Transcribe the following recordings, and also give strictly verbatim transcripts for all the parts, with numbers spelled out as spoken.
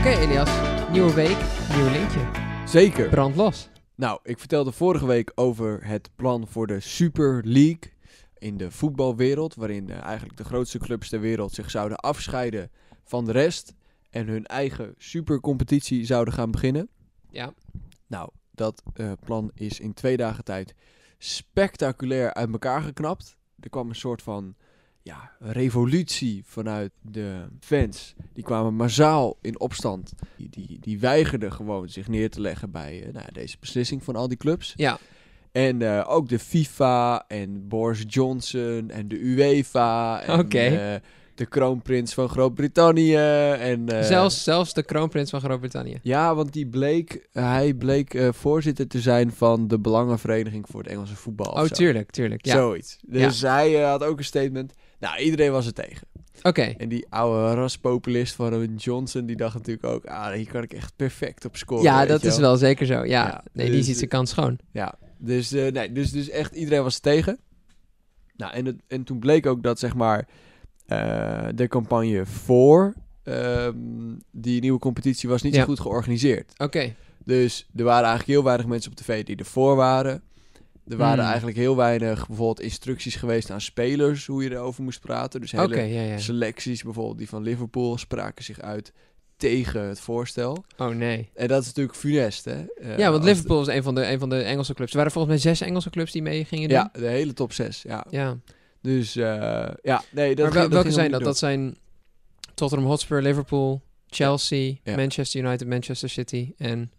okay, Elias. Nieuwe week, nieuw lintje. Zeker. Brand los. Nou, ik vertelde vorige week over het plan voor de Super League in de voetbalwereld, waarin uh, eigenlijk de grootste clubs ter wereld zich zouden afscheiden van de rest en hun eigen supercompetitie zouden gaan beginnen. Ja. Nou, dat uh, plan is in twee dagen tijd spectaculair uit elkaar geknapt. Er kwam een soort van ja, revolutie vanuit de fans. Die kwamen massaal in opstand. Die, die, die weigerden gewoon zich neer te leggen bij uh, nou, deze beslissing van al die clubs. Ja. En uh, ook de FIFA en Boris Johnson en de UEFA en okay. uh, de kroonprins van Groot-Brittannië. En, uh, zelfs, zelfs de kroonprins van Groot-Brittannië. Ja, want die bleek, hij bleek uh, voorzitter te zijn van de Belangenvereniging voor het Engelse voetbal. Oh, tuurlijk, tuurlijk. Ja. Zoiets. Dus ja. hij uh, had ook een statement. Nou, iedereen was er tegen. Oké. Okay. En die oude raspopulist van een Johnson, die dacht natuurlijk ook, ah, hier kan ik echt perfect op scoren. Ja, dat is wel. wel zeker zo. Ja, ja nee, dus, die ziet zijn kans schoon. Ja, dus, uh, nee, dus, dus echt iedereen was er tegen. Nou, en, het, en toen bleek ook dat, zeg maar, uh, de campagne voor um, die nieuwe competitie was niet ja. zo goed georganiseerd. Oké. Okay. Dus er waren eigenlijk heel weinig mensen op tv die ervoor waren. Er waren hmm. eigenlijk heel weinig bijvoorbeeld instructies geweest aan spelers hoe je erover moest praten. Dus hele okay, ja, ja. selecties, bijvoorbeeld die van Liverpool, spraken zich uit tegen het voorstel. Oh nee. En dat is natuurlijk funest, hè? Uh, ja, want Liverpool is een van, de, een van de Engelse clubs. Er waren volgens mij zes Engelse clubs die mee gingen doen. Ja, de hele top zes, ja. Ja. Dus, uh, ja, nee. Dat maar wel, ging, welke dat zijn dat? Dat zijn Tottenham Hotspur, Liverpool, Chelsea, ja. Manchester United, Manchester City en...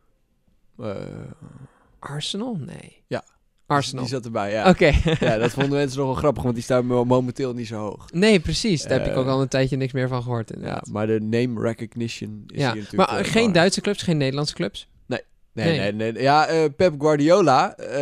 Uh, Arsenal? Nee. Ja. Arsenal. Die zat erbij, ja. Oké. Okay. Ja, dat vonden mensen nogal grappig, want die staan momenteel niet zo hoog. Nee, precies. Daar uh, heb ik ook al een tijdje niks meer van gehoord. Inderdaad. Ja, maar de name recognition is ja. hier natuurlijk... Maar uh, geen belangrijk. Duitse clubs, geen Nederlandse clubs? Nee. Nee, nee, nee. nee. Ja, uh, Pep Guardiola, uh,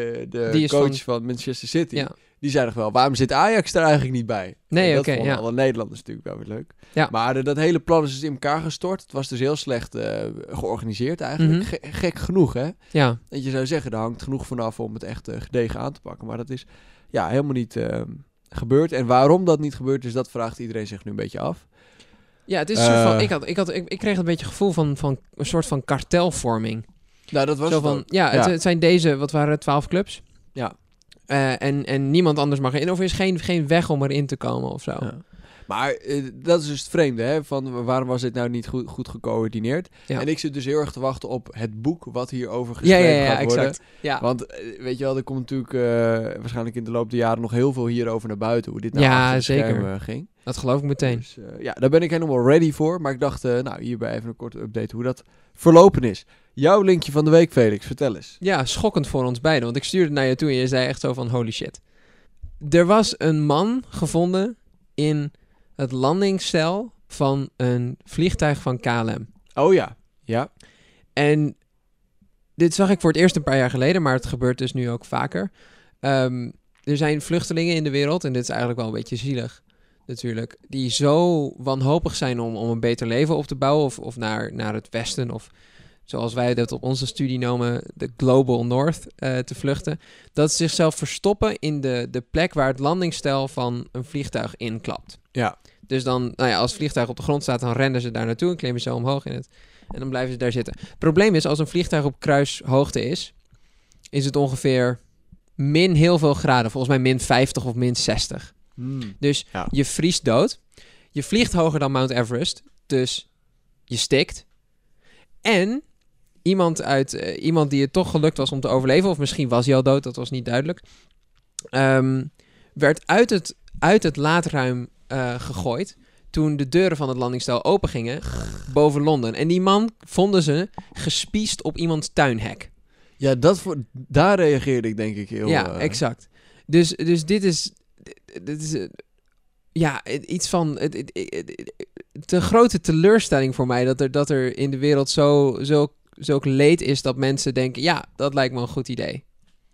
de coach van... van Manchester City... Ja. Die zei nog wel, waarom zit Ajax er eigenlijk niet bij? Nee, oké, okay, ja. Dat vonden alle Nederlanders natuurlijk wel weer leuk. Ja. Maar uh, dat hele plan is dus in elkaar gestort. Het was dus heel slecht uh, georganiseerd eigenlijk. Mm-hmm. Ge- gek genoeg, hè? Ja. Dat je zou zeggen, er hangt genoeg vanaf om het echt uh, gedegen aan te pakken. Maar dat is ja helemaal niet uh, gebeurd. En waarom dat niet gebeurd is, dat vraagt iedereen zich nu een beetje af. Ja, het is een uh, soort van... Ik, had, ik, had, ik, ik kreeg een beetje het gevoel van, van een soort van kartelvorming. Nou, dat was Zo het van, ja, ja. Het, het zijn deze, wat waren het, twaalf clubs? Ja. Uh, en, en niemand anders mag erin. Of er is geen, geen weg om erin te komen of zo. Ja. Maar uh, dat is dus het vreemde, hè? Van waarom was dit nou niet goed, goed gecoördineerd? Ja. En ik zit dus heel erg te wachten op het boek wat hierover geschreven ja, ja, ja, gaat worden. Exact. Ja. Want uh, weet je wel, er komt natuurlijk uh, waarschijnlijk in de loop der jaren nog heel veel hierover naar buiten. Hoe dit nou ja, achter de zeker. schermen ging. Dat geloof ik meteen. Dus, uh, ja, daar ben ik helemaal ready voor. Maar ik dacht, uh, nou, hierbij even een korte update hoe dat verlopen is. Jouw linkje van de week, Felix, vertel eens. Ja, schokkend voor ons beiden. Want ik stuurde naar je toe en je zei echt zo van holy shit. Er was een man gevonden in het landingsstel van een vliegtuig van K L M. Oh ja, ja. En dit zag ik voor het eerst een paar jaar geleden, maar het gebeurt dus nu ook vaker. Um, er zijn vluchtelingen in de wereld, en dit is eigenlijk wel een beetje zielig natuurlijk, die zo wanhopig zijn om, om een beter leven op te bouwen of, of naar, naar het westen of... zoals wij dat op onze studie noemen, de Global North, uh, te vluchten, dat ze zichzelf verstoppen in de, de plek waar het landingsstel van een vliegtuig inklapt. Ja. Dus dan, nou ja, als het vliegtuig op de grond staat, dan rennen ze daar naartoe en klimmen ze omhoog in het. En dan blijven ze daar zitten. Het probleem is, als een vliegtuig op kruishoogte is, is het ongeveer min heel veel graden. Volgens mij min vijftig of min zestig. Hmm. Dus ja. Je vriest dood. Je vliegt hoger dan Mount Everest, dus je stikt. En... Iemand, uit, uh, iemand die het toch gelukt was om te overleven, of misschien was hij al dood, dat was niet duidelijk, um, werd uit het, uit het laadruim uh, gegooid toen de deuren van het landingsstel open gingen boven Londen. En die man vonden ze gespiesd op iemands tuinhek. Ja, dat voor, daar reageerde ik denk ik heel... Ja, uh... exact. Dus, dus dit is... Dit is uh, ja, iets van... Het, het, het, het, het, een grote teleurstelling voor mij dat er, dat er in de wereld zo... zo zulk leed is dat mensen denken... ja, dat lijkt me een goed idee.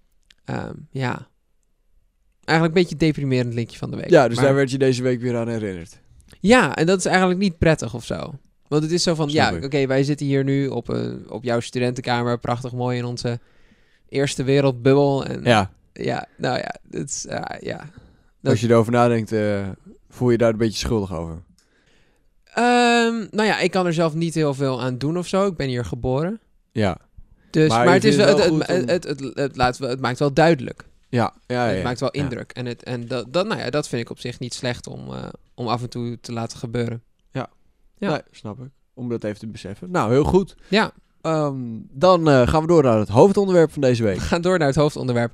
Um, ja. Eigenlijk een beetje een deprimerend linkje van de week. Ja, dus maar... daar werd je deze week weer aan herinnerd. Ja, en dat is eigenlijk niet prettig of zo. Want het is zo van... Snap ja, oké, okay, wij zitten hier nu op, uh, op jouw studentenkamer... prachtig mooi in onze eerste wereldbubbel. En, ja. Ja, nou ja, dat is... Uh, ja. Dat... Als je erover nadenkt... Uh, voel je daar een beetje schuldig over? Um, nou ja, ik kan er zelf niet heel veel aan doen of zo. Ik ben hier geboren. Ja. Dus, Maar maar, je het, is vindt wel, het het, wel het, goed het, het, het, het laat, wel- het maakt wel duidelijk. Ja, ja, ja. Het maakt wel ja. indruk. En, het, en dat, dat, nou ja, dat vind ik op zich niet slecht om, uh, om af en toe te laten gebeuren. Ja. Nee, snap ik. Om dat even te beseffen. Nou, heel goed. Ja. Um, dan uh, gaan we door naar het hoofdonderwerp van deze week. We gaan door naar het hoofdonderwerp.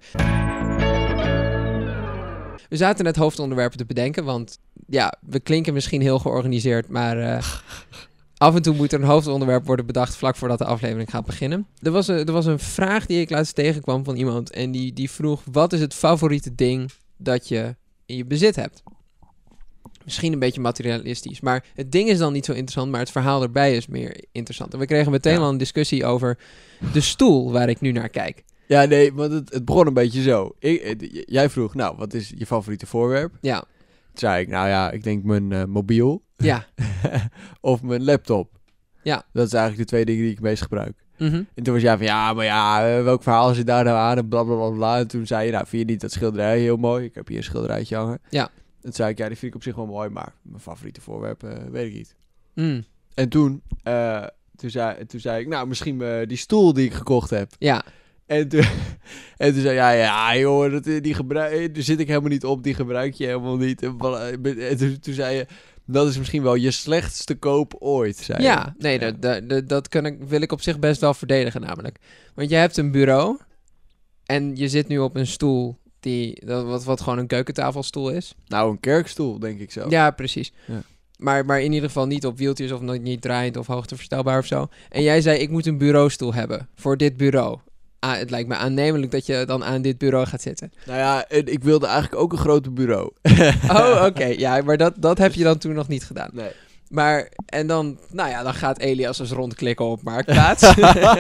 We zaten net hoofdonderwerpen te bedenken, want ja, we klinken misschien heel georganiseerd, maar uh, af en toe moet er een hoofdonderwerp worden bedacht vlak voordat de aflevering gaat beginnen. Er was een, er was een vraag die ik laatst tegenkwam van iemand en die, die vroeg, wat is het favoriete ding dat je in je bezit hebt? Misschien een beetje materialistisch, maar het ding is dan niet zo interessant, maar het verhaal erbij is meer interessant. En we kregen meteen Ja. al een discussie over de stoel waar ik nu naar kijk. Ja, nee, want het, het begon een beetje zo. Ik, eh, jij vroeg, nou, wat is je favoriete voorwerp? Ja, Toen zei ik, nou ja, ik denk mijn uh, mobiel ja. of mijn laptop. Ja. Dat is eigenlijk de twee dingen die ik het meest gebruik. Mhm. En toen was jij van, ja, maar ja, uh, welk verhaal zit daar nou aan? En blablabla. Bla, bla. En toen zei je, nou, vind je niet dat schilderij heel mooi? Ik heb hier een schilderijtje hangen. Ja. Toen zei ik, ja, die vind ik op zich wel mooi, maar mijn favoriete voorwerp uh, weet ik niet. Mm. En toen, uh, toen, zei, toen zei ik, nou, misschien uh, die stoel die ik gekocht heb. Ja. En toen, en toen zei hij, ja, ja, joh, dat, die gebruik, daar zit ik helemaal niet op, die gebruik je helemaal niet. En, en toen, toen zei je, dat is misschien wel je slechtste koop ooit, zei je. Ja, nee, Ja. Dat, dat, dat, dat kan ik, wil ik op zich best wel verdedigen namelijk. Want je hebt een bureau en je zit nu op een stoel die, dat, wat, wat gewoon een keukentafelstoel is. Nou, een kerkstoel, denk ik zo. Ja, precies. Ja. Maar, maar in ieder geval niet op wieltjes of nog niet draaiend of hoogteverstelbaar of zo. En jij zei, ik moet een bureaustoel hebben voor dit bureau. Ah, het lijkt me aannemelijk dat je dan aan dit bureau gaat zitten. Nou ja, en ik wilde eigenlijk ook een groter bureau. Oh, oké. Okay. Ja, maar dat, dat heb je dan toen nog niet gedaan. Nee. Maar, en dan, nou ja, dan gaat Elias eens rondklikken op Marktplaats.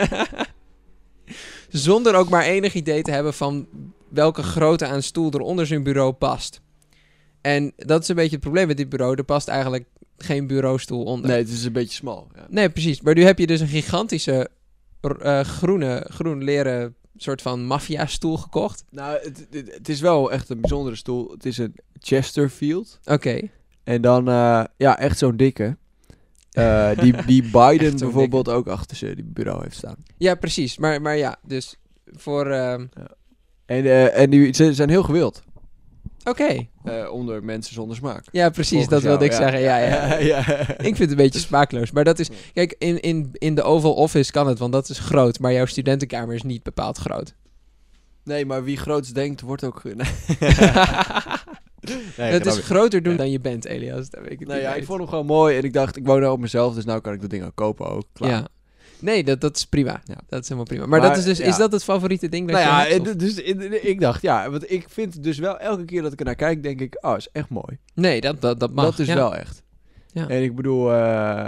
Zonder ook maar enig idee te hebben van welke grootte aan stoel er onder zijn bureau past. En dat is een beetje het probleem met dit bureau. Er past eigenlijk geen bureaustoel onder. Nee, het is een beetje smal. Ja. Nee, precies. Maar nu heb je dus een gigantische uh, groene, groen leren soort van maffia-stoel gekocht. Nou, het, het, het is wel echt een bijzondere stoel. Het is een Chesterfield. Oké. Okay. En dan, uh, ja, echt zo'n dikke. Uh, die, die Biden bijvoorbeeld dikke. Ook achter zijn die bureau heeft staan. Ja, precies. Maar, maar ja, dus voor... Uh... Ja. En, uh, en die ze zijn heel gewild. Oké. Okay. Uh, onder mensen zonder smaak. Ja, precies. Volgens dat wilde jou, ik ja. zeggen. Ja, ja. ja. Ik vind het een beetje smaakloos. Maar dat is... Kijk, in, in, in de Oval Office kan het, want dat is groot. Maar jouw studentenkamer is niet bepaald groot. Nee, maar wie groots denkt, wordt ook... Nee. Nee, het is groter doen ja. dan je bent, Elias. Dat weet ik nou ja, ik vond hem gewoon mooi. En ik dacht, ik woon nou op mezelf, dus nou kan ik dat ding ook kopen ook. Klaar. Ja. Nee, dat, dat is prima. Ja. Dat is helemaal prima. Maar, maar dat is dus, ja. is dat het favoriete ding dat nou je ja, hebt? En, dus ik dacht, ja, want ik vind dus wel elke keer dat ik er naar kijk, denk ik, oh, is echt mooi. Nee, dat, dat, dat mag. Dat is ja. wel echt. Ja. En ik bedoel, uh,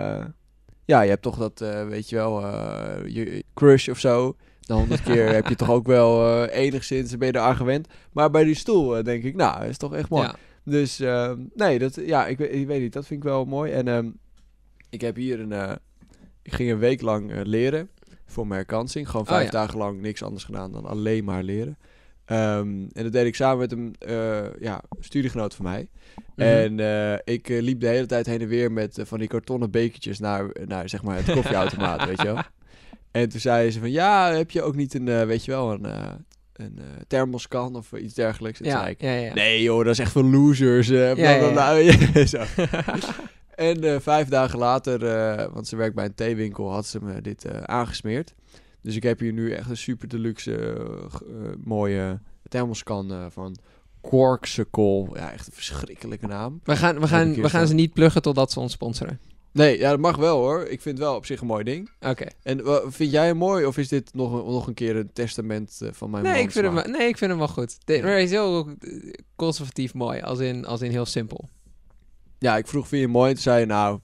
ja, je hebt toch dat, uh, weet je wel, uh, je crush of zo. Dan honderd keer heb je toch ook wel uh, enigszins, ben je eraan gewend. Maar bij die stoel uh, denk ik, nou, dat is toch echt mooi. Ja. Dus uh, nee, dat, ja, ik, ik weet niet, dat vind ik wel mooi. En um, ik heb hier een, uh, ik ging een week lang uh, leren voor mijn herkansing. Gewoon vijf oh, ja. dagen lang niks anders gedaan dan alleen maar leren. Um, en dat deed ik samen met een uh, ja, studiegenoot van mij. Mm-hmm. En uh, ik uh, liep de hele tijd heen en weer met uh, van die kartonnen bekertjes naar, naar zeg maar het koffieautomaat, weet je wel. En toen zei ze van, ja, heb je ook niet een, uh, weet je wel, een... Uh, een uh, thermoskan of uh, iets dergelijks. En ja, zei ik, ja, ja. nee joh, dat is echt voor losers. Uh, bla, bla, bla. Ja, ja, ja. Zo. En uh, vijf dagen later, uh, want ze werkt bij een theewinkel, had ze me dit uh, aangesmeerd. Dus ik heb hier nu echt een super deluxe, uh, uh, mooie thermoskan uh, van Corkcicle. Ja, echt een verschrikkelijke naam. We gaan, we gaan, we gaan ze niet pluggen totdat ze ons sponsoren. Nee, ja, dat mag wel hoor. Ik vind het wel op zich een mooi ding. Oké. Okay. En uh, vind jij hem mooi of is dit nog een, nog een keer een testament uh, van mijn nee, man? Ik vind hem, nee, ik vind hem wel goed. De, ja. Hij is heel conservatief mooi, als in, als in heel simpel. Ja, ik vroeg vind je hem mooi en toen zei je nou...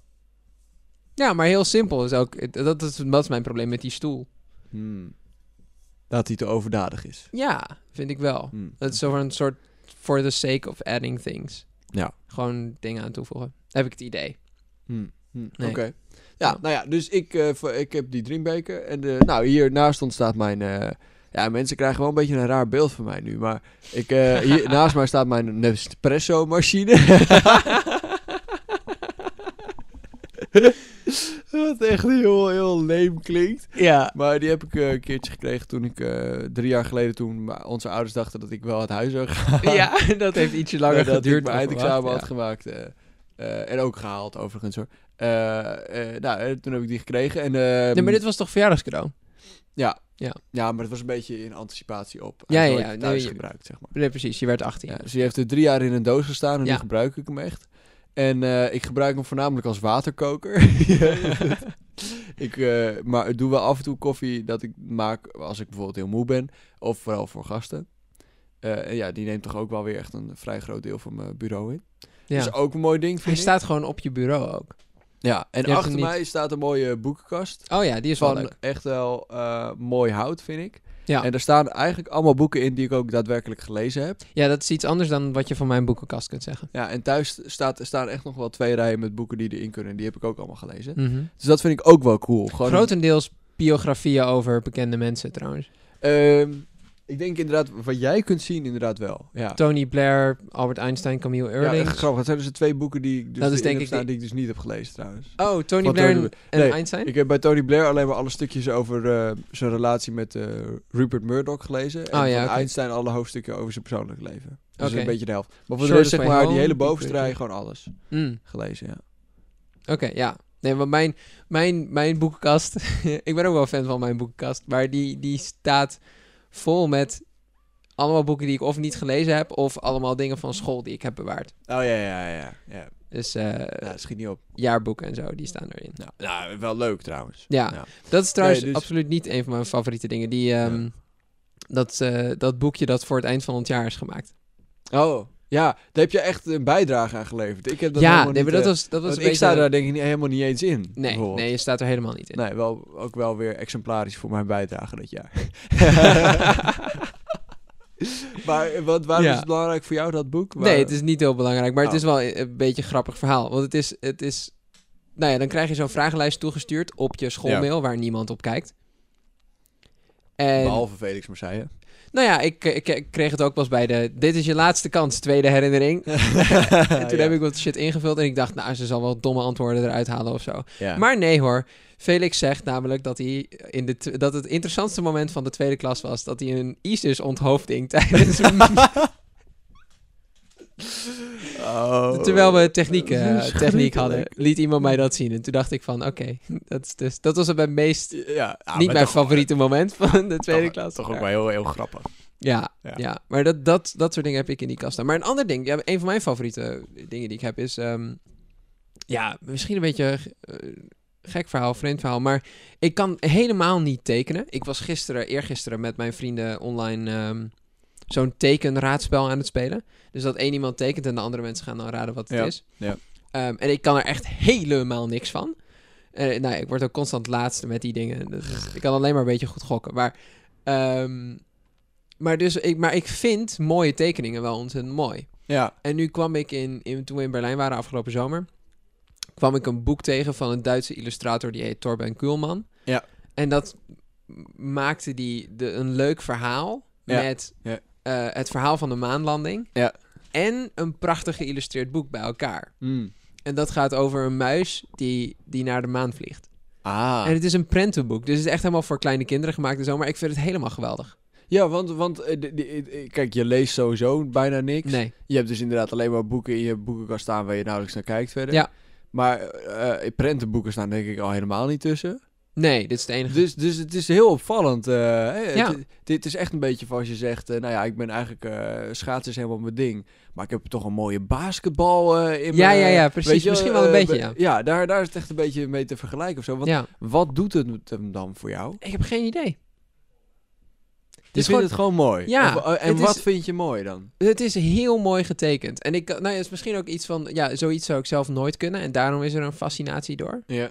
Ja, maar heel simpel is ook... Dat is, dat is mijn probleem met die stoel. Hmm. Dat hij te overdadig is. Ja, vind ik wel. Hmm. Het is zo een soort for the sake of adding things. Ja. Gewoon dingen aan toevoegen. Heb ik het idee. Hmm. Hmm. Nee. Oké. Okay. Ja, ja, nou ja, dus ik, uh, voor, ik heb die drinkbeker. En de, nou, hiernaast ontstaat mijn... Uh, ja, mensen krijgen wel een beetje een raar beeld van mij nu. Maar ik, uh, hier, naast mij staat mijn Nespresso-machine. Wat echt heel, heel leem klinkt. Ja. Maar die heb ik uh, een keertje gekregen toen ik uh, drie jaar geleden, toen onze ouders dachten dat ik wel het huis zou gaan. Ja, dat heeft ietsje langer uh, dat geduurd. ik mijn eindexamen ja. had gemaakt. Uh, uh, en ook gehaald, overigens hoor. Uh, uh, nou, toen heb ik die gekregen. En, uh, nee, maar dit was toch verjaardagscadeau? Ja. Ja. Ja, maar het was een beetje in anticipatie op. Ja, ja, ja. Thuis nee, gebruikt, zeg maar. Nee, precies. Je werd achttien. Ja, dus die heeft er drie jaar in een doos gestaan en ja. nu gebruik ik hem echt. En uh, ik gebruik hem voornamelijk als waterkoker. ik uh, maar ik doe wel af en toe koffie dat ik maak als ik bijvoorbeeld heel moe ben. Of vooral voor gasten. Uh, en ja, die neemt toch ook wel weer echt een vrij groot deel van mijn bureau in. Ja. Dat is ook een mooi ding, vind Hij ik. staat gewoon op je bureau ook. Ja, en je achter mij niet... staat een mooie boekenkast. Oh ja, die is van wel leuk. Echt wel uh, mooi hout, vind ik. Ja. En daar staan eigenlijk allemaal boeken in die ik ook daadwerkelijk gelezen heb. Ja, dat is iets anders dan wat je van mijn boekenkast kunt zeggen. Ja, en thuis staat, staan echt nog wel twee rijen met boeken die erin kunnen. En die heb ik ook allemaal gelezen. Mm-hmm. Dus dat vind ik ook wel cool. Gewoon grotendeels biografieën over bekende mensen trouwens. Um, ik denk inderdaad, wat jij kunt zien inderdaad wel. Ja. Tony Blair, Albert Einstein, Camille Eurlings. Ja, echt grappig. Dat zijn dus de twee boeken die ik, dus dat is denk ik staan, die... die ik dus niet heb gelezen trouwens. Oh, Tony van Blair Tony... en nee, Einstein? Ik heb bij Tony Blair alleen maar alle stukjes over uh, zijn relatie met uh, Rupert Murdoch gelezen. En oh, ja, van okay. Einstein alle hoofdstukken over zijn persoonlijk leven. Dus okay. een beetje de helft. Maar voor de rest zeg maar home, die hele bovenste rij gewoon alles mm. gelezen, ja. Oké, okay, ja. Nee, want mijn, mijn, mijn boekenkast... ik ben ook wel fan van mijn boekenkast. Maar die, die staat vol met allemaal boeken die ik of niet gelezen heb... of allemaal dingen van school die ik heb bewaard. Oh ja, ja, ja. ja. Dus uh, ja, schiet niet op. Jaarboeken en zo, die staan erin. Nou, nou wel leuk trouwens. Ja, ja. dat is trouwens nee, dus... absoluut niet een van mijn favoriete dingen. Die, um, ja. dat, uh, dat boekje dat voor het eind van het jaar is gemaakt. Oh, ja, daar heb je echt een bijdrage aan geleverd. Ik heb dat ja, helemaal nee, niet, maar dat uh, was, dat was een ik beetje... sta daar denk ik niet, helemaal niet eens in. Nee, nee, je staat er helemaal niet in. Nee, wel, ook wel weer exemplarisch voor mijn bijdrage dat jaar. Maar wat, waarom ja. is het belangrijk voor jou, dat boek? Waar... Nee, het is niet heel belangrijk, maar oh. het is wel een beetje een grappig verhaal. Want het is, het is... Nou ja, dan krijg je zo'n vragenlijst toegestuurd op je schoolmail, ja. waar niemand op kijkt. En... Behalve Felix Marseille. Nou ja, ik, ik, ik kreeg het ook pas bij de... Dit is je laatste kans, tweede herinnering. en toen ja. heb ik wat shit ingevuld en ik dacht... Nou, ze zal wel domme antwoorden eruit halen of zo. Ja. Maar nee hoor. Felix zegt namelijk dat hij in de t- dat het interessantste moment van de tweede klas was... dat hij een ISIS-onthoofding tijdens... oh. Terwijl we techniek, uh, techniek hadden, liet iemand mij dat zien. En toen dacht ik van, oké, okay, dat, dus, dat was het mijn meest... Ja, ah, niet mijn toch, favoriete moment van de tweede toch, klas. Toch ook wel heel, heel grappig. Ja, ja. ja. maar dat, dat, dat soort dingen heb ik in die kast staan. Maar een ander ding, ja, een van mijn favoriete dingen die ik heb is... Um, ja, misschien een beetje uh, gek verhaal, vreemd verhaal. Maar ik kan helemaal niet tekenen. Ik was gisteren, eergisteren met mijn vrienden online... Um, zo'n tekenraadspel aan het spelen. Dus dat één iemand tekent en de andere mensen gaan dan raden wat het ja. is. Ja. Um, en ik kan er echt helemaal niks van. Uh, nou, ik word ook constant laatste met die dingen. Dus ik kan alleen maar een beetje goed gokken. Maar, um, maar, dus ik, maar ik vind mooie tekeningen wel ontzettend mooi. Ja. En nu kwam ik in, in, toen we in Berlijn waren afgelopen zomer... kwam ik een boek tegen van een Duitse illustrator... die heet Torben Kuhlmann. Ja. En dat maakte die de, een leuk verhaal... Ja. met... Ja. Uh, het verhaal van de maanlanding. Ja. En een prachtig geïllustreerd boek bij elkaar. Mm. En dat gaat over een muis die, die naar de maan vliegt. Ah. En het is een prentenboek. Dus het is echt helemaal voor kleine kinderen gemaakt en zo. Maar ik vind het helemaal geweldig. Ja, want, want uh, de, de, kijk, je leest sowieso bijna niks. Nee. Je hebt dus inderdaad alleen maar boeken in je boekenkast staan... waar je nauwelijks naar kijkt verder. Ja. Maar uh, prentenboeken staan denk ik al helemaal niet tussen... Nee, dit is het enige. Dus, dus het is heel opvallend. Uh, ja. het, dit is echt een beetje van als je zegt... Uh, nou ja, ik ben eigenlijk... Uh, schaatsen is helemaal mijn ding. Maar ik heb toch een mooie basketbal uh, in ja, mijn... Ja, ja, precies. Weet je, misschien wel een uh, beetje, ja. Ja, daar, daar is het echt een beetje mee te vergelijken of zo. Want, ja. Wat doet het hem dan voor jou? Ik heb geen idee. Je vindt gewoon, het gewoon mooi? Ja. Of, uh, en wat is, vind je mooi dan? Het is heel mooi getekend. En ik, nou ja, het is misschien ook iets van... Ja, zoiets zou ik zelf nooit kunnen. En daarom is er een fascinatie door. Ja.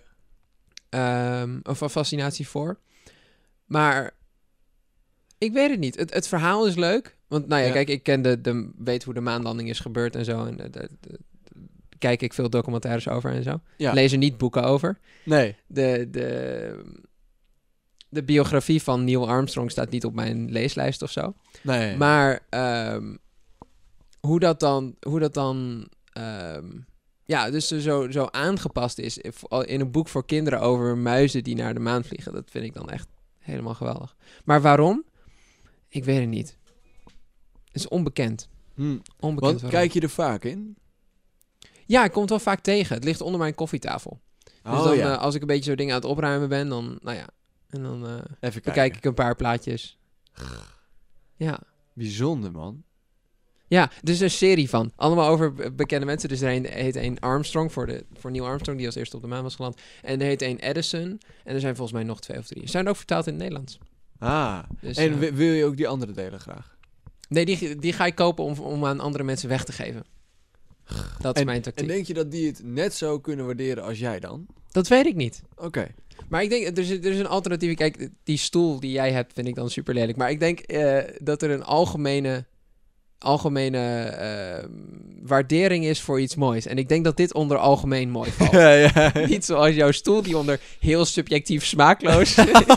Um, of een fascinatie voor. Maar ik weet het niet. Het, het verhaal is leuk. Want nou ja, ja. kijk, ik ken de, de, weet hoe de maanlanding is gebeurd en zo. En de, de, de, kijk ik veel documentaires over en zo. Ja. Lees er niet boeken over. Nee. De, de, de biografie van Neil Armstrong staat niet op mijn leeslijst of zo. Nee. Maar um, hoe dat dan... Hoe dat dan um, ja, dus er zo, zo aangepast is in een boek voor kinderen over muizen die naar de maan vliegen. Dat vind ik dan echt helemaal geweldig. Maar waarom? Ik weet het niet. Het is onbekend. Hmm. onbekend Want kijk je er vaak in? Ja, ik kom het wel vaak tegen. Het ligt onder mijn koffietafel. Dus Oh, dan, ja. uh, als ik een beetje zo dingen aan het opruimen ben, dan, nou ja, en dan uh, Even bekijk ik een paar plaatjes. Ja. Bijzonder, man. Ja, er is een serie van. Allemaal over be- bekende mensen. Dus er een, heet een Armstrong, voor, de, voor Neil Armstrong, die als eerste op de maan was geland. En er heet een Edison. En er zijn volgens mij nog twee of drie. Ze zijn ook vertaald in het Nederlands. Ah, Dus, en uh, w- wil je ook die andere delen graag? nee, die, die ga ik kopen om, om aan andere mensen weg te geven. Dat is En, mijn en tactiek. denk je dat die het net zo kunnen waarderen als jij dan? Dat weet ik niet. Oké. Okay. Maar ik denk, er is, er is een alternatief. Kijk, die stoel die jij hebt vind ik dan super lelijk. Maar ik denk uh, dat er een algemene, algemene uh, waardering is voor iets moois. En ik denk dat dit onder algemeen mooi valt. ja, ja. Niet zoals jouw stoel die onder heel subjectief smaakloos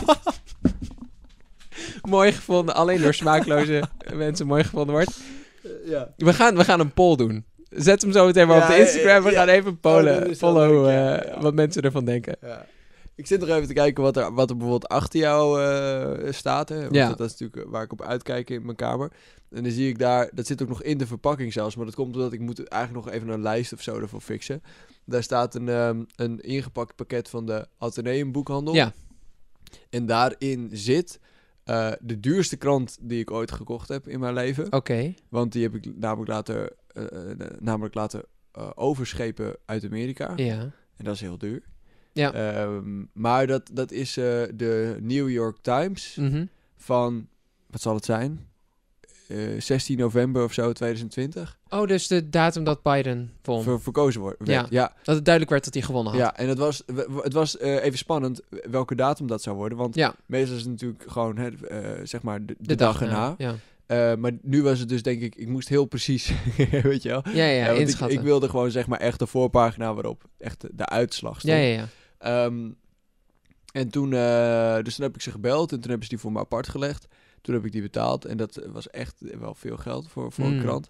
mooi gevonden, alleen door smaakloze mensen mooi gevonden wordt. Uh, ja. We gaan, we gaan een poll doen. Zet hem zo meteen maar Ja, op de Instagram. We ja. gaan even pollen, Oh, dat is wel follow leuk, ja, uh, ja. wat mensen ervan denken. Ja. Ik zit nog even te kijken wat er, wat er bijvoorbeeld achter jou uh, staat. Hè? Want Ja. dat, dat is natuurlijk waar ik op uitkijk in mijn kamer. En dan zie ik daar, dat zit ook nog in de verpakking zelfs. Maar dat komt omdat ik moet eigenlijk nog even een lijst of zo ervoor fixen. Daar staat een, um, een ingepakt pakket van de Atheneum boekhandel. Ja. En daarin zit uh, de duurste krant die ik ooit gekocht heb in mijn leven. Oké. Okay. Want die heb ik namelijk laten, uh, uh, namelijk laten uh, overschepen uit Amerika. Ja. En dat is heel duur. Ja. Um, maar dat, dat is uh, de New York Times Mm-hmm. van, wat zal het zijn? Uh, zestien november of zo, twintig twintig. Oh, dus de datum dat Biden won. Ver, verkozen wordt. Ja. ja. Dat het duidelijk werd dat hij gewonnen had. Ja, en het was, het was uh, even spannend welke datum dat zou worden. Want ja. meestal is het natuurlijk gewoon, hè, uh, zeg maar, de, de, de dag, dag erna. Ja. Uh, maar nu was het dus, denk ik, ik moest heel precies, weet je wel. Ja, ja, ja uh, inschatten. Ik, ik wilde gewoon, zeg maar, echt de voorpagina waarop echt de, de uitslag stond. Ja, ja, ja. Um, en toen, uh, dus toen heb ik ze gebeld en toen hebben ze die voor me apart gelegd. Toen heb ik die betaald en dat was echt wel veel geld voor, voor mm. een krant.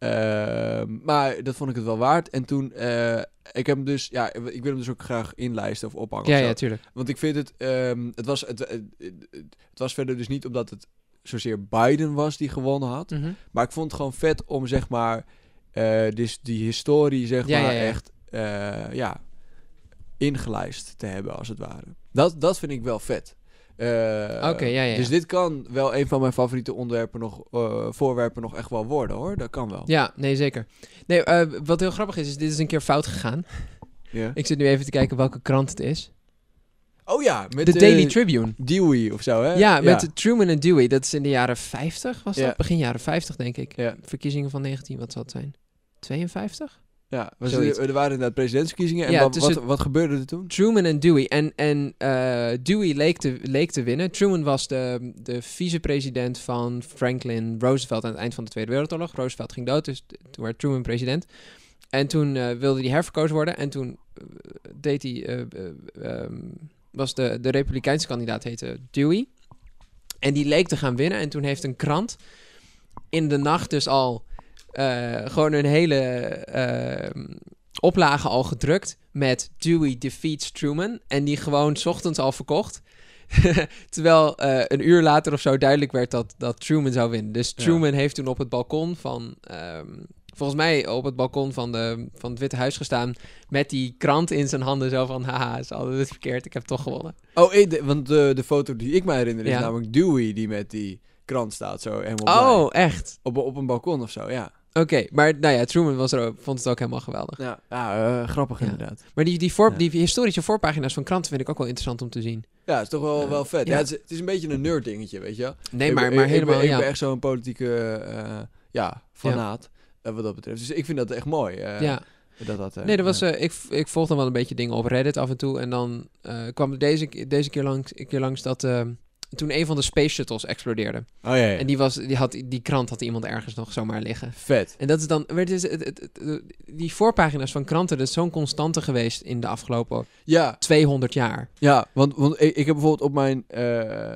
Uh, maar dat vond ik het wel waard. En toen, uh, ik heb hem dus, ja, ik wil hem dus ook graag inlijsten of ophangen. Ja, of zo. ja, tuurlijk. Want ik vind het, um, het was, het, het, het, het was verder dus niet omdat het zozeer Biden was die gewonnen had. Mm-hmm. Maar ik vond het gewoon vet om, zeg maar, uh, dus die historie, zeg ja, maar, ja, ja. echt, uh, ja, ingelijst te hebben, als het ware. Dat, dat vind ik wel vet. Uh, Oké, okay, ja, ja. Dus dit kan wel een van mijn favoriete onderwerpen nog, uh, voorwerpen nog echt wel worden, hoor. Dat kan wel. Ja, nee, zeker. Nee, uh, wat heel grappig is, is dit is een keer fout gegaan. Yeah. Ik zit nu even te kijken welke krant het is. Oh ja, met de uh, Daily Tribune. Dewey of zo, hè? Ja, met ja. Truman en Dewey. Dat is in de jaren vijftig, was dat? Ja. Begin jaren vijftig, denk ik. Ja. Verkiezingen van negentien, wat zal het zijn? tweeënvijftig? Ja, was er, er waren inderdaad presidentsverkiezingen. En ja, wat, wat, wat gebeurde er toen? Truman en Dewey. En, en uh, Dewey leek te, leek te winnen. Truman was de, de vicepresident van Franklin Roosevelt aan het eind van de Tweede Wereldoorlog. Roosevelt ging dood, dus toen werd Truman president. En toen uh, wilde hij herverkozen worden. En toen uh, deed hij... Uh, uh, um, was de, de Republikeinse kandidaat heette Dewey. En die leek te gaan winnen. En toen heeft een krant in de nacht dus al... Uh, gewoon een hele uh, oplage al gedrukt met Dewey defeats Truman. En die gewoon 's ochtends al verkocht. Terwijl uh, een uur later of zo duidelijk werd dat, dat Truman zou winnen. Dus Truman ja. heeft toen op het balkon van... Um, volgens mij op het balkon van, de, van het Witte Huis gestaan... met die krant in zijn handen zo van... haha, ze hadden het verkeerd, ik heb toch gewonnen. Oh, de, want de, de foto die ik me herinner is ja. namelijk Dewey die met die krant staat. Zo helemaal oh, blij. echt? Op, op een balkon of zo, ja. Oké, okay, maar nou ja, Truman was er ook, vond het ook helemaal geweldig. Ja, ja uh, grappig ja. inderdaad. Maar die, die, voor, ja. die historische voorpagina's van kranten vind ik ook wel interessant om te zien. Ja, is toch wel, uh, wel vet. Ja. Ja, het, is, het is een beetje een nerd dingetje, weet je wel. Nee, ik, maar, ik, maar ik, helemaal, ik ben, ja. Ik ben echt zo'n politieke, uh, ja, fanaat, ja. Uh, wat dat betreft. Dus ik vind dat echt mooi. Uh, ja. Dat, dat, uh, nee, dat was, uh, uh, ik, ik volg dan wel een beetje dingen op Reddit af en toe. En dan uh, kwam er deze, deze keer, langs, keer langs dat... Uh, toen een van de space shuttles explodeerde. Oh ja, ja. En die, was, die, had, die krant had iemand ergens nog zomaar liggen. Vet. En dat is dan... Het is, het, het, het, die voorpagina's van kranten, dat is zo'n constante geweest in de afgelopen ja. tweehonderd jaar. Ja, want, want ik, ik heb bijvoorbeeld op mijn, uh,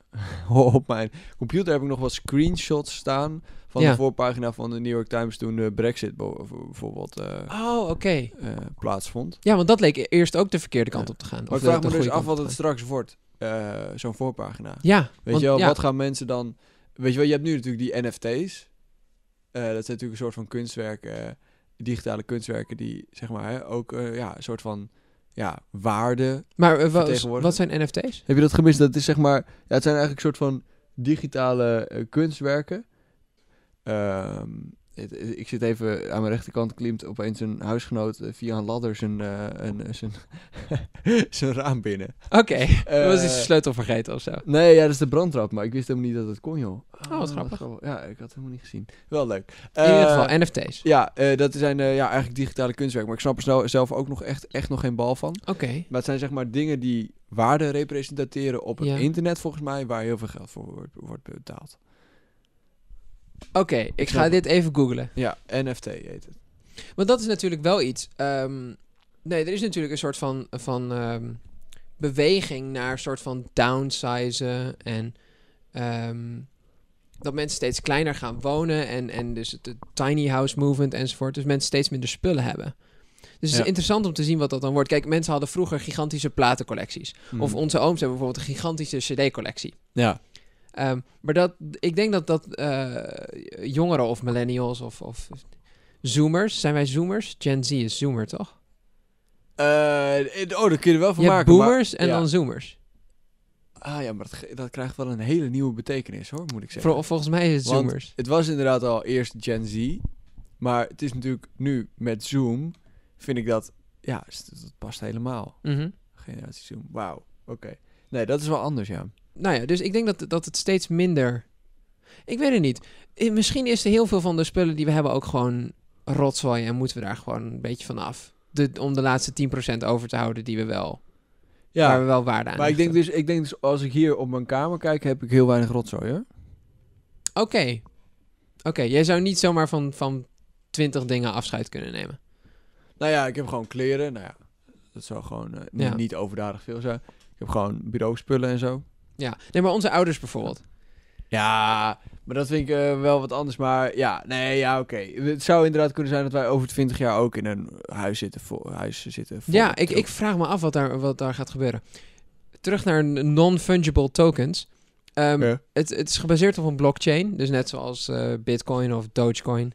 op mijn computer heb ik nog wat screenshots staan van Ja. de voorpagina van de New York Times toen de Brexit bo- bijvoorbeeld eh, Oh, oké. eh, plaatsvond. Ja, want dat leek eerst ook de verkeerde kant Ja. op te gaan. Maar Of ik de- vraag de me dus goede af kant wat op het te gaan. straks wordt, eh, zo'n voorpagina. Ja. Weet want- je wel, ja. wat gaan mensen dan... Weet je wel, je hebt nu natuurlijk die N F T's. Eh, dat zijn natuurlijk een soort van kunstwerken, eh, digitale kunstwerken die, zeg maar, hè, ook eh, ja, een soort van ja, waarde. Maar uh, wa- vertegenwoordigen. wat zijn N F T's? Heb je dat gemist? Dat is zeg maar, ja, het zijn eigenlijk een soort van digitale eh, kunstwerken. Ehm, het- het- ik zit even aan mijn rechterkant, klimt opeens een huisgenoot eh, via een ladder zijn, eh, een, zijn, zijn raam binnen. Oké, Eh, was is de sleutel vergeten of zo. Nee, ja, dat is de brandtrap, maar ik wist helemaal niet dat het kon, joh. Oh, wat grappig. Ja, ik had het helemaal niet gezien. Wel leuk. In ieder Eh, geval, N F T's. Ja, eh, dat zijn eh, ja, eigenlijk digitale kunstwerken. Maar ik snap er snel- zelf ook nog echt, echt nog geen bal van. Oké. Maar het zijn zeg maar dingen die waarde representeren op het Ja. internet volgens mij, waar heel veel geld voor wordt, wordt betaald. Oké, ik snap ga het. dit even googlen. Ja, N F T heet het. Want dat is natuurlijk wel iets. Ehm, nee, er is natuurlijk een soort van, van ehm, beweging naar een soort van downsizen. En ehm, dat mensen steeds kleiner gaan wonen. En, en dus het, het tiny house movement enzovoort. Dus mensen steeds minder spullen hebben. Dus het Ja. is interessant om te zien wat dat dan wordt. Kijk, mensen hadden vroeger gigantische platencollecties. Hmm. Of onze ooms hebben bijvoorbeeld een gigantische cd-collectie. Ja. Ehm, maar dat, ik denk dat dat eh, jongeren of millennials of, of zoomers, zijn wij zoomers? Gen Z is zoomer, toch? Eh, oh, daar kun je er wel van Je hebt maken. boomers maar, en ja. dan zoomers. Ah ja, maar dat, ge- dat krijgt wel een hele nieuwe betekenis hoor, moet ik zeggen. Vol- volgens mij is het Want zoomers. Het was inderdaad al eerst Gen Z. Maar het is natuurlijk nu met Zoom, vind ik dat, ja, s- dat past helemaal. Mhm. Generatie Zoom. Wauw, oké. Nee, dat is wel anders, ja. Nou ja, dus ik denk dat, dat het steeds minder... Ik weet het niet. Eh, Misschien is er heel veel van de spullen die we hebben ook gewoon rotzooi en moeten we daar gewoon een beetje van af. De, om de laatste tien procent over te houden die we wel, waar we Ja, wel waarde aan maar ik denk, hechten. dus, ik denk dus, als ik hier op mijn kamer kijk, heb ik heel weinig rotzooi, hoor. Oké. Oké, jij zou niet zomaar van, van twintig dingen afscheid kunnen nemen. Nou ja, ik heb gewoon kleren. Nou ja, dat zou gewoon eh, niet, Ja. niet overdadig veel zijn. Ik heb gewoon bureauspullen en zo. Ja, nee, maar onze ouders bijvoorbeeld. Ja, maar dat vind ik eh, wel wat anders. Maar ja, nee, ja, oké. Het zou inderdaad kunnen zijn dat wij over twintig jaar ook in een huis zitten. Vol, huis zitten vol Ja, met ik, troep. ik vraag me af wat daar, wat daar gaat gebeuren. Terug naar non-fungible tokens. Ehm, Ja. het, het is gebaseerd op een blockchain. Dus net zoals eh, Bitcoin of Dogecoin.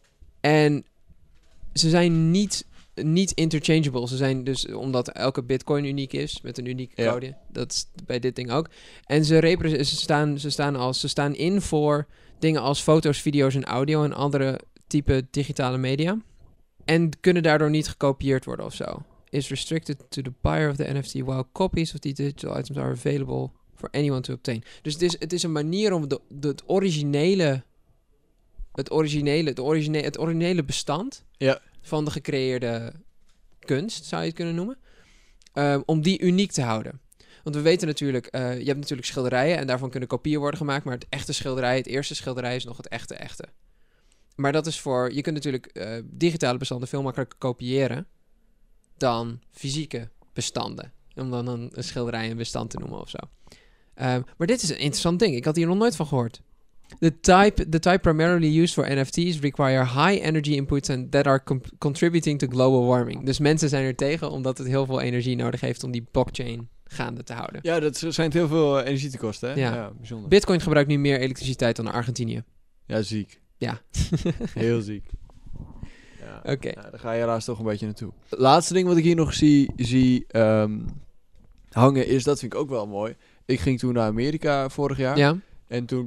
En ze zijn niet, niet interchangeable. Ze zijn dus, omdat elke Bitcoin uniek is, met een unieke Ja. code. Dat is bij dit ding ook. En ze, repre- ze, staan, ze, staan als, ze staan in voor dingen als foto's, video's en audio en andere type digitale media. En kunnen daardoor niet gekopieerd worden of zo. Is restricted to the buyer of the N F T, while copies of the digital items are available for anyone to obtain. Dus het is, het is een manier om de, de, het originele, het originele, het originele, het originele bestand Ja. van de gecreëerde kunst, zou je het kunnen noemen, um, om die uniek te houden. Want we weten natuurlijk, uh, je hebt natuurlijk schilderijen en daarvan kunnen kopieën worden gemaakt, maar het echte schilderij, het eerste schilderij is nog het echte echte. Maar dat is voor, je kunt natuurlijk uh, digitale bestanden veel makkelijker kopiëren dan fysieke bestanden. Om dan een, een schilderij een bestand te noemen of zo. Um, maar dit is een interessant ding. Ik had hier nog nooit van gehoord. The type, the type primarily used for N F T's require high energy inputs and that are com- contributing to global warming. Dus mensen zijn er tegen omdat het heel veel energie nodig heeft om die blockchain gaande te houden. Ja, dat schijnt heel veel eh, energie te kosten, hè? Ja. Ja, bijzonder. Bitcoin gebruikt nu meer elektriciteit dan Argentinië. Ja, ziek. Ja. Heel ziek. Ja. Oké. Okay. Ja, daar ga je helaas toch een beetje naartoe. Het laatste ding wat ik hier nog zie, zie um, hangen is, dat vind ik ook wel mooi. Ik ging toen naar Amerika vorig jaar. Ja. En toen,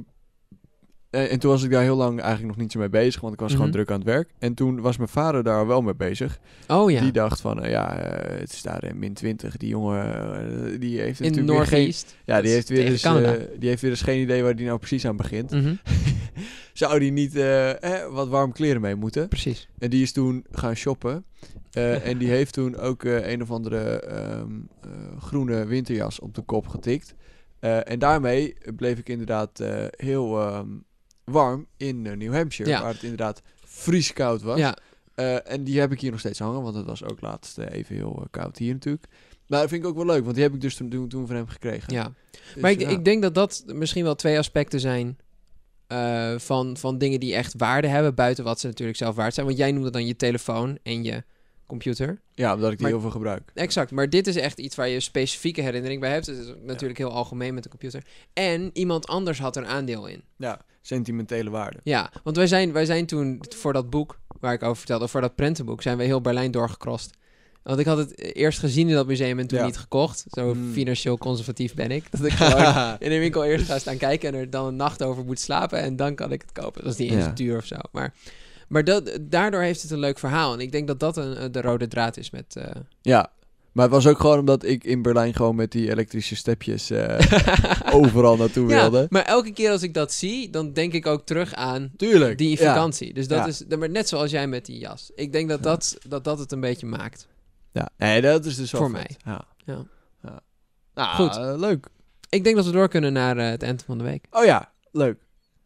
en, en toen was ik daar heel lang eigenlijk nog niet zo mee bezig, want ik was Mm-hmm. gewoon druk aan het werk. En toen was mijn vader daar wel mee bezig. Oh ja. Die dacht van, uh, ja, uh, het is daar in min twintig. Die jongen, uh, die heeft in natuurlijk weer geen... Northeast. Ja, die heeft, weer dus, Canada. uh, die heeft weer dus geen idee waar die nou precies aan begint. Mm-hmm. Zou die niet uh, eh, wat warm kleren mee moeten? Precies. En die is toen gaan shoppen. Uh, en die heeft toen ook uh, een of andere um, uh, groene winterjas op de kop getikt. Uh, en daarmee bleef ik inderdaad uh, heel um, warm in uh, New Hampshire. Ja. Waar het inderdaad vrieskoud was. Ja. Uh, en die heb ik hier nog steeds hangen, want het was ook laatst uh, even heel uh, koud hier natuurlijk. Maar dat vind ik ook wel leuk, want die heb ik dus toen, toen, toen van hem gekregen. Ja, dus, maar ik, ja. ik denk dat dat misschien wel twee aspecten zijn uh, van, van dingen die echt waarde hebben, buiten wat ze natuurlijk zelf waard zijn. Want jij noemde dan je telefoon en je computer. Ja, omdat ik die maar, heel veel gebruik. Exact, maar dit is echt iets waar je specifieke herinnering bij hebt. Het is natuurlijk ja. heel algemeen met de computer. En iemand anders had er aandeel in. Ja, sentimentele waarde. Ja, want wij zijn, wij zijn toen voor dat boek waar ik over vertelde, voor dat prentenboek, zijn we heel Berlijn doorgecrossed. Want ik had het eerst gezien in dat museum en toen ja. niet gekocht. Zo mm. financieel conservatief ben ik. Dat ik gewoon in een winkel eerst ga staan kijken en er dan een nacht over moet slapen en dan kan ik het kopen. Dat is niet eens ja. duur of zo. Maar, maar dat, daardoor heeft het een leuk verhaal. En ik denk dat dat een, de rode draad is met... Uh... Ja, maar het was ook gewoon omdat ik in Berlijn gewoon met die elektrische stepjes uh, overal naartoe ja, wilde. Maar elke keer als ik dat zie, dan denk ik ook terug aan Tuurlijk, die vakantie. Ja. Dus dat ja. is net zoals jij met die jas. Ik denk dat dat, dat, dat het een beetje maakt. Ja, nee, dat is dus wel voor vet. mij. Ja. Ja. Ja. Nou, goed. Uh, leuk. Ik denk dat we door kunnen naar uh, het anthem van de week. Oh ja, leuk.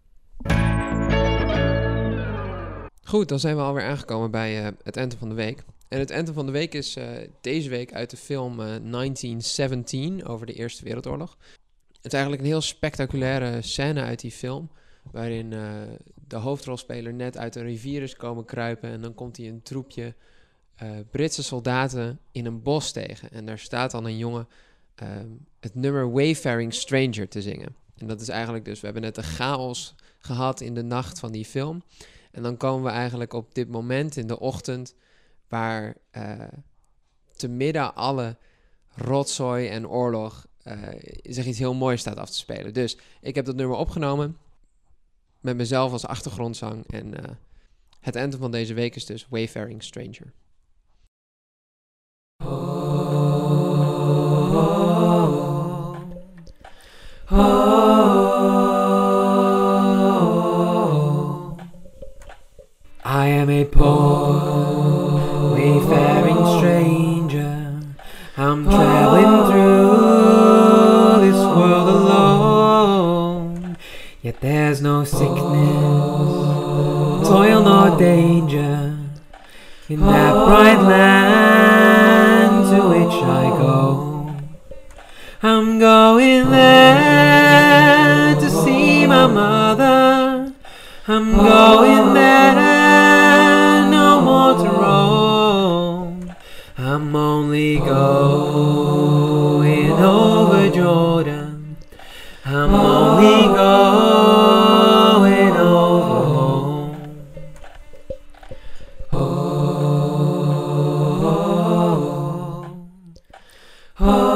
Goed, dan zijn we alweer aangekomen bij uh, het anthem van de week. En het anthem van de week is uh, deze week uit de film uh, negentien zeventien over de Eerste Wereldoorlog. Het is eigenlijk een heel spectaculaire scène uit die film, waarin uh, de hoofdrolspeler net uit een rivier is komen kruipen en dan komt hij een troepje Uh, Britse soldaten in een bos tegen. En daar staat dan een jongen uh, het nummer Wayfaring Stranger te zingen. En dat is eigenlijk dus, we hebben net een chaos gehad in de nacht van die film. En dan komen we eigenlijk op dit moment in de ochtend, waar uh, te midden alle rotzooi en oorlog uh, zich iets heel moois staat af te spelen. Dus ik heb dat nummer opgenomen met mezelf als achtergrondzang. En uh, het anthem van deze week is dus Wayfaring Stranger. Oh, oh, oh, I am a poor wayfaring stranger. I'm traveling through this world alone. Yet there's no sickness, toil nor danger in that bright land to which I go. I'm going there to see my mother. I'm going there no more to roam. I'm only going over Jordan. I'm only going over home. Oh, oh, oh.